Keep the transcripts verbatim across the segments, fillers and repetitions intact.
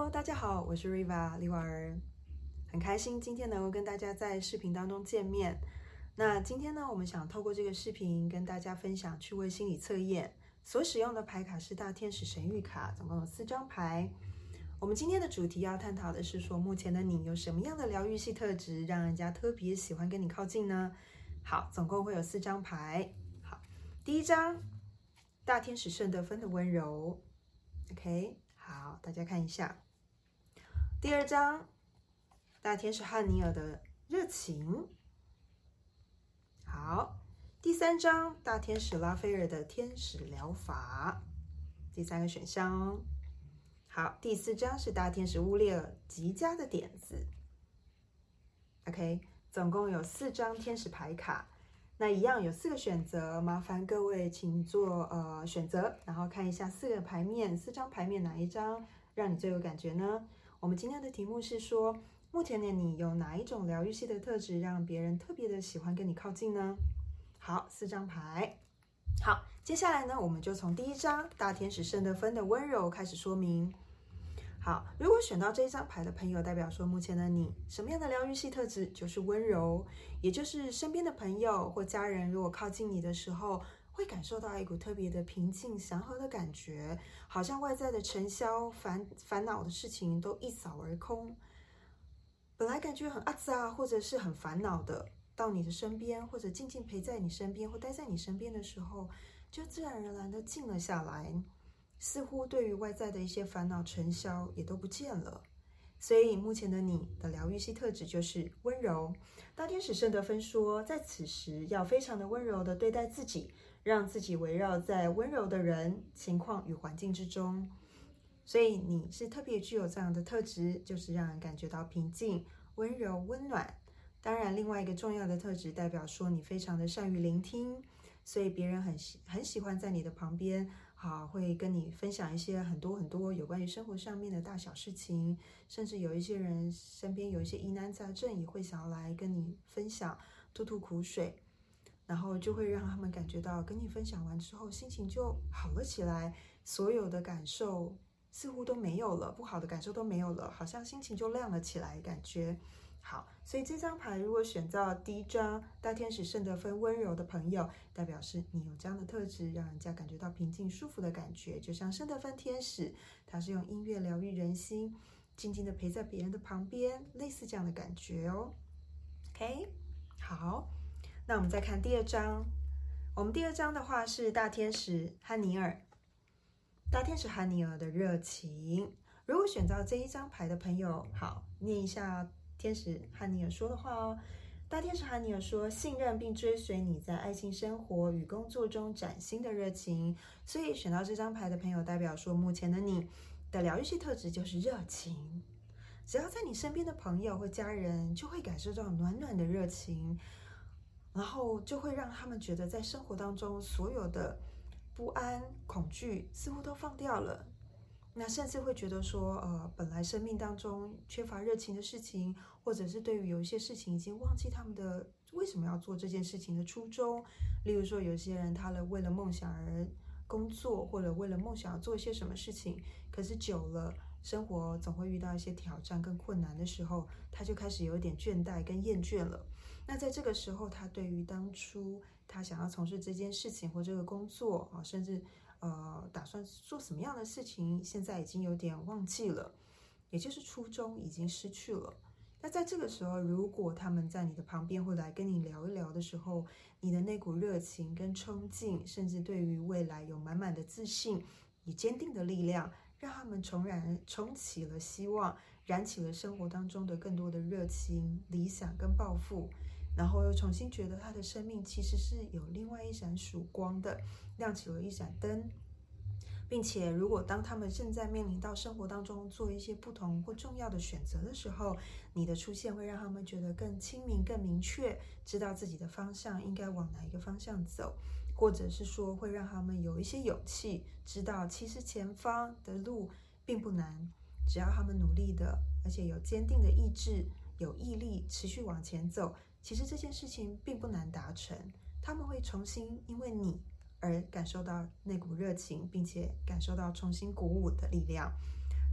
Hello， 大家好，我是 Riva 李婉儿，很开心今天能够跟大家在视频当中见面。那今天呢，我们想透过这个视频跟大家分享趣味心理测验所使用的牌卡是大天使神谕卡，总共有四张牌。我们今天的主题要探讨的是说，目前的你有什么样的疗愈系特质，让人家特别喜欢跟你靠近呢？好，总共会有四张牌。好，第一张，大天使圣德芬的温柔 ，OK。好，大家看一下。第二张，大天使汉尼尔的热情。好，第三张，大天使拉斐尔的天使疗法。第三个选项哦。好，第四张是大天使乌列尔极佳的点子。OK， 总共有四张天使牌卡。那一样有四个选择，麻烦各位请做呃选择，然后看一下四个牌面，四张牌面哪一张让你最有感觉呢？我们今天的题目是说，目前的你有哪一种疗愈系的特质，让别人特别的喜欢跟你靠近呢？好，四张牌。好，接下来呢，我们就从第一张大天使圣德芬的温柔开始说明。好，如果选到这一张牌的朋友，代表说目前的你什么样的疗愈系特质就是温柔，也就是身边的朋友或家人如果靠近你的时候，会感受到一股特别的平静祥和的感觉，好像外在的尘嚣烦烦恼的事情都一扫而空。本来感觉很阿杂或者是很烦恼的，到你的身边或者静静陪在你身边或待在你身边的时候，就自然而然的静了下来。似乎对于外在的一些烦恼尘嚣也都不见了，所以目前的你的疗愈系特质就是温柔。大天使圣德芬说，在此时要非常的温柔的对待自己，让自己围绕在温柔的人、情况与环境之中。所以你是特别具有这样的特质，就是让人感觉到平静、温柔、温暖。当然，另外一个重要的特质代表说你非常的善于聆听，所以别人很喜很喜欢在你的旁边。好，会跟你分享一些很多很多有关于生活上面的大小事情，甚至有一些人身边有一些疑难杂症，也会想要来跟你分享，吐吐苦水，然后就会让他们感觉到跟你分享完之后，心情就好了起来，所有的感受似乎都没有了，不好的感受都没有了，好像心情就亮了起来，感觉。好，所以这张牌如果选到第一张大天使圣德芬温柔的朋友，代表是你有这样的特质，让人家感觉到平静舒服的感觉，就像圣德芬天使，他是用音乐疗愈人心，静静的陪在别人的旁边，类似这样的感觉哦。OK， 好，那我们再看第二张。我们第二张的话是大天使汉尼尔，大天使汉尼尔的热情。如果选到这一张牌的朋友，好，念一下天使汉尼尔说的话哦。大天使汉尼尔说，信任并追随你在爱情生活与工作中崭新的热情。所以选到这张牌的朋友，代表说目前的你的疗愈系特质就是热情。只要在你身边的朋友或家人，就会感受到暖暖的热情，然后就会让他们觉得在生活当中所有的不安、恐惧似乎都放掉了。那甚至会觉得说，呃，本来生命当中缺乏热情的事情，或者是对于有一些事情已经忘记他们的为什么要做这件事情的初衷。例如说，有些人他了为了梦想而工作，或者为了梦想而做一些什么事情，可是久了，生活总会遇到一些挑战跟困难的时候，他就开始有一点倦怠跟厌倦了。那在这个时候，他对于当初他想要从事这件事情或这个工作啊，甚至呃，打算做什么样的事情，现在已经有点忘记了，也就是初衷已经失去了。那在这个时候，如果他们在你的旁边或来跟你聊一聊的时候，你的那股热情跟冲劲，甚至对于未来有满满的自信以坚定的力量，让他们重燃重启了希望，燃起了生活当中的更多的热情、理想跟抱负，然后又重新觉得他的生命其实是有另外一盏曙光的，亮起了一盏灯。并且如果当他们正在面临到生活当中做一些不同或重要的选择的时候，你的出现会让他们觉得更清明、更明确，知道自己的方向应该往哪一个方向走，或者是说会让他们有一些勇气，知道其实前方的路并不难，只要他们努力的，而且有坚定的意志、有毅力持续往前走，其实这件事情并不难达成。他们会重新因为你而感受到那股热情，并且感受到重新鼓舞的力量。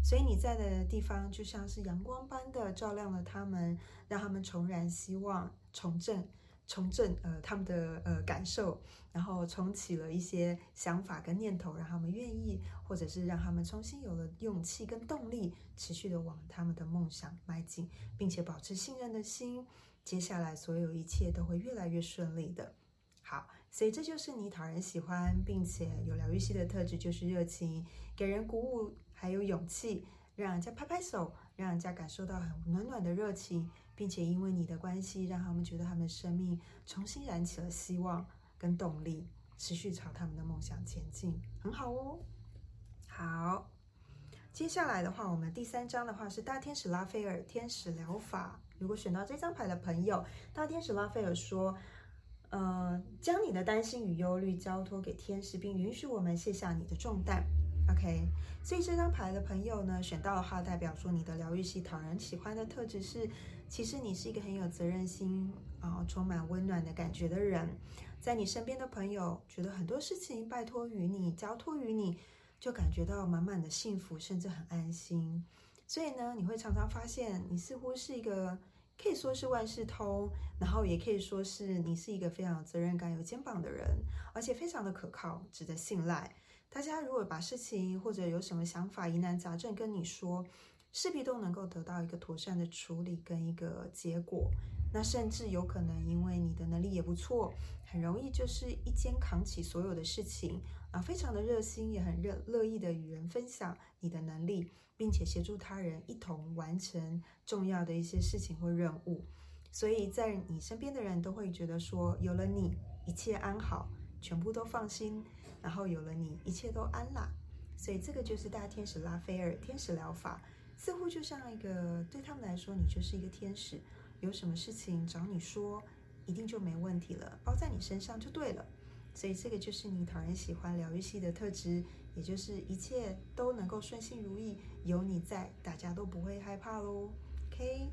所以你在的地方就像是阳光般的照亮了他们，让他们重燃希望，重振重振呃他们的呃感受，然后重启了一些想法跟念头，让他们愿意，或者是让他们重新有了勇气跟动力，持续的往他们的梦想迈进，并且保持信任的心，接下来所有一切都会越来越顺利的。好，所以这就是你讨人喜欢，并且有疗愈系的特质，就是热情，给人鼓舞，还有勇气，让人家拍拍手，让人家感受到很暖暖的热情，并且因为你的关系，让他们觉得他们的生命重新燃起了希望跟动力，持续朝他们的梦想前进，很好哦。好，接下来的话，我们第三章的话是大天使拉斐尔天使疗法。如果选到这张牌的朋友，大天使拉斐尔说，呃，将你的担心与忧虑交托给天使，并允许我们卸下你的重担。OK， 所以这张牌的朋友呢，选到的话，代表说你的疗愈系讨人喜欢的特质是，其实你是一个很有责任心啊、呃，充满温暖的感觉的人。在你身边的朋友觉得很多事情拜托于你，交托于你，就感觉到满满的幸福，甚至很安心。所以呢，你会常常发现，你似乎是一个可以说是万事通，然后也可以说是你是一个非常有责任感、有肩膀的人，而且非常的可靠，值得信赖。大家如果把事情或者有什么想法、疑难杂症跟你说，势必都能够得到一个妥善的处理跟一个结果。那甚至有可能因为你的能力也不错，很容易就是一肩扛起所有的事情啊，非常的热心，也很热乐意的与人分享你的能力，并且协助他人一同完成重要的一些事情或任务。所以在你身边的人都会觉得说，有了你，一切安好，全部都放心，然后有了你，一切都安啦。所以这个就是大天使拉斐尔天使疗法，似乎就像一个对他们来说，你就是一个天使，有什么事情找你说，一定就没问题了，包在你身上就对了。所以这个就是你讨人喜欢疗愈系的特质，也就是一切都能够顺心如意，有你在，大家都不会害怕咯。 OK，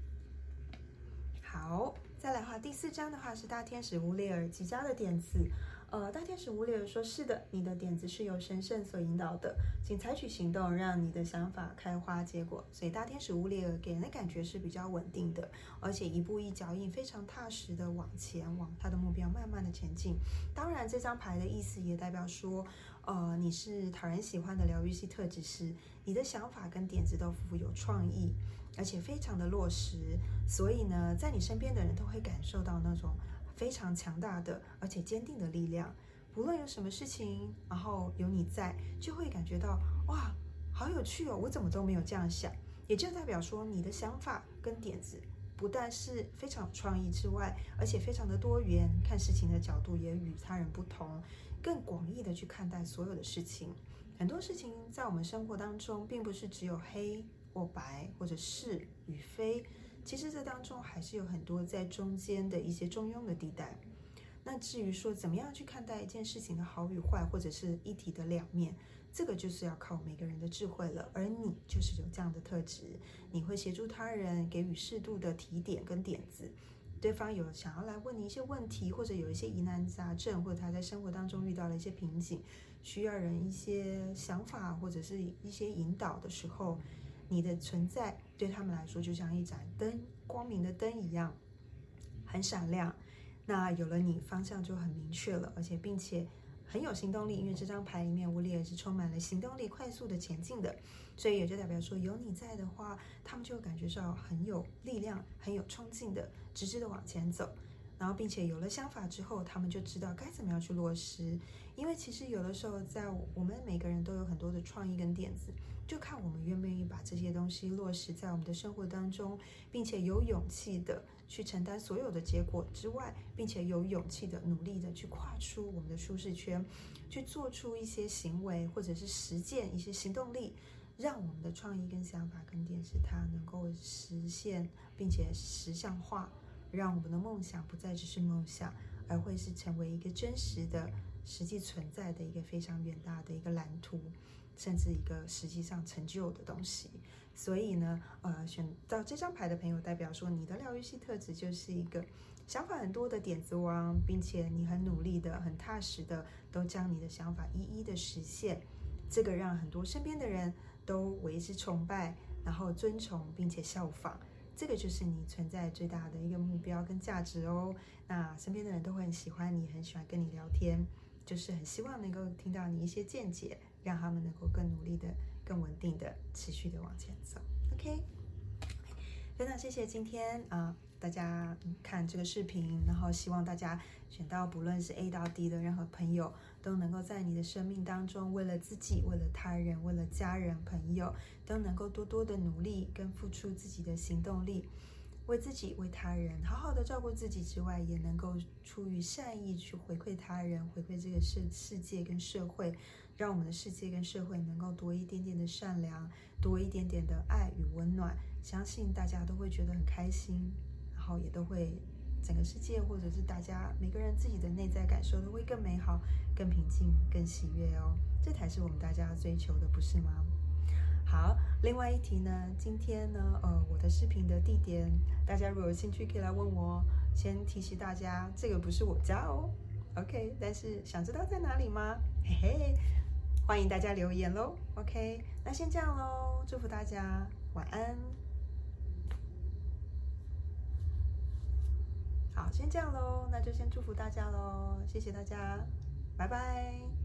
好，再来的话，第四章的话是大天使乌列尔极佳的点子。呃，大天使乌列尔说，是的，你的点子是由神圣所引导的，请采取行动，让你的想法开花结果。所以大天使乌列尔给人的感觉是比较稳定的，而且一步一脚印，非常踏实的往前，往他的目标慢慢的前进。当然，这张牌的意思也代表说，呃，你是讨人喜欢的疗愈系特质是，你的想法跟点子都富有创意，而且非常的落实。所以呢，在你身边的人都会感受到那种非常强大的而且坚定的力量，不论有什么事情，然后有你在，就会感觉到哇，好有趣哦！我怎么都没有这样想，也就代表说你的想法跟点子不但是非常有创意之外，而且非常的多元，看事情的角度也与他人不同，更广义的去看待所有的事情。很多事情在我们生活当中，并不是只有黑或白，或者是与非。其实这当中还是有很多在中间的一些中庸的地带。那至于说怎么样去看待一件事情的好与坏，或者是一体的两面，这个就是要靠每个人的智慧了。而你就是有这样的特质，你会协助他人，给予适度的提点跟点子。对方有想要来问你一些问题，或者有一些疑难杂症，或者他在生活当中遇到了一些瓶颈，需要人一些想法或者是一些引导的时候，你的存在对他们来说就像一盏灯，光明的灯一样，很闪亮。那有了你，方向就很明确了，而且并且很有行动力，因为这张牌里面乌列尔是充满了行动力，快速的前进的，所以也就代表说有你在的话，他们就感觉到很有力量，很有冲劲的，直直的往前走。然后并且有了想法之后，他们就知道该怎么样去落实。因为其实有的时候在我们每个人都有很多的创意跟点子，就看我们愿不愿意把这些东西落实在我们的生活当中，并且有勇气的去承担所有的结果之外，并且有勇气的努力的去跨出我们的舒适圈，去做出一些行为或者是实践一些行动力，让我们的创意跟想法跟点子它能够实现并且实相化，让我们的梦想不再只是梦想，而会是成为一个真实的实际存在的一个非常远大的一个蓝图，甚至一个实际上成就的东西。所以呢，呃，选到这张牌的朋友，代表说你的疗愈系特质就是一个想法很多的点子王，并且你很努力的、很踏实的，都将你的想法一一的实现。这个让很多身边的人都为之崇拜，然后尊崇并且效仿。这个就是你存在最大的一个目标跟价值哦。那身边的人都会很喜欢你，很喜欢跟你聊天，就是很希望能够听到你一些见解，让他们能够更努力的、更稳定的、持续的往前走。OK， 非常谢谢今天啊、呃、大家看这个视频，然后希望大家选到不论是 A 到 D 的任何朋友，都能够在你的生命当中，为了自己、为了他人、为了家人、朋友，都能够多多的努力跟付出自己的行动力，为自己、为他人好好的照顾自己之外，也能够出于善意去回馈他人，回馈这个世世界跟社会，让我们的世界跟社会能够多一点点的善良，多一点点的爱与温暖，相信大家都会觉得很开心，然后也都会整个世界或者是大家每个人自己的内在感受都会更美好、更平静、更喜悦哦，这才是我们大家追求的，不是吗？好，另外一题呢，今天呢，呃，我的视频的地点，大家如果有兴趣可以来问我。先提醒大家，这个不是我家哦 ，OK？ 但是想知道在哪里吗？嘿嘿，欢迎大家留言喽 ，OK？ 那先这样喽，祝福大家晚安。好，先这样喽，那就先祝福大家喽，谢谢大家，拜拜。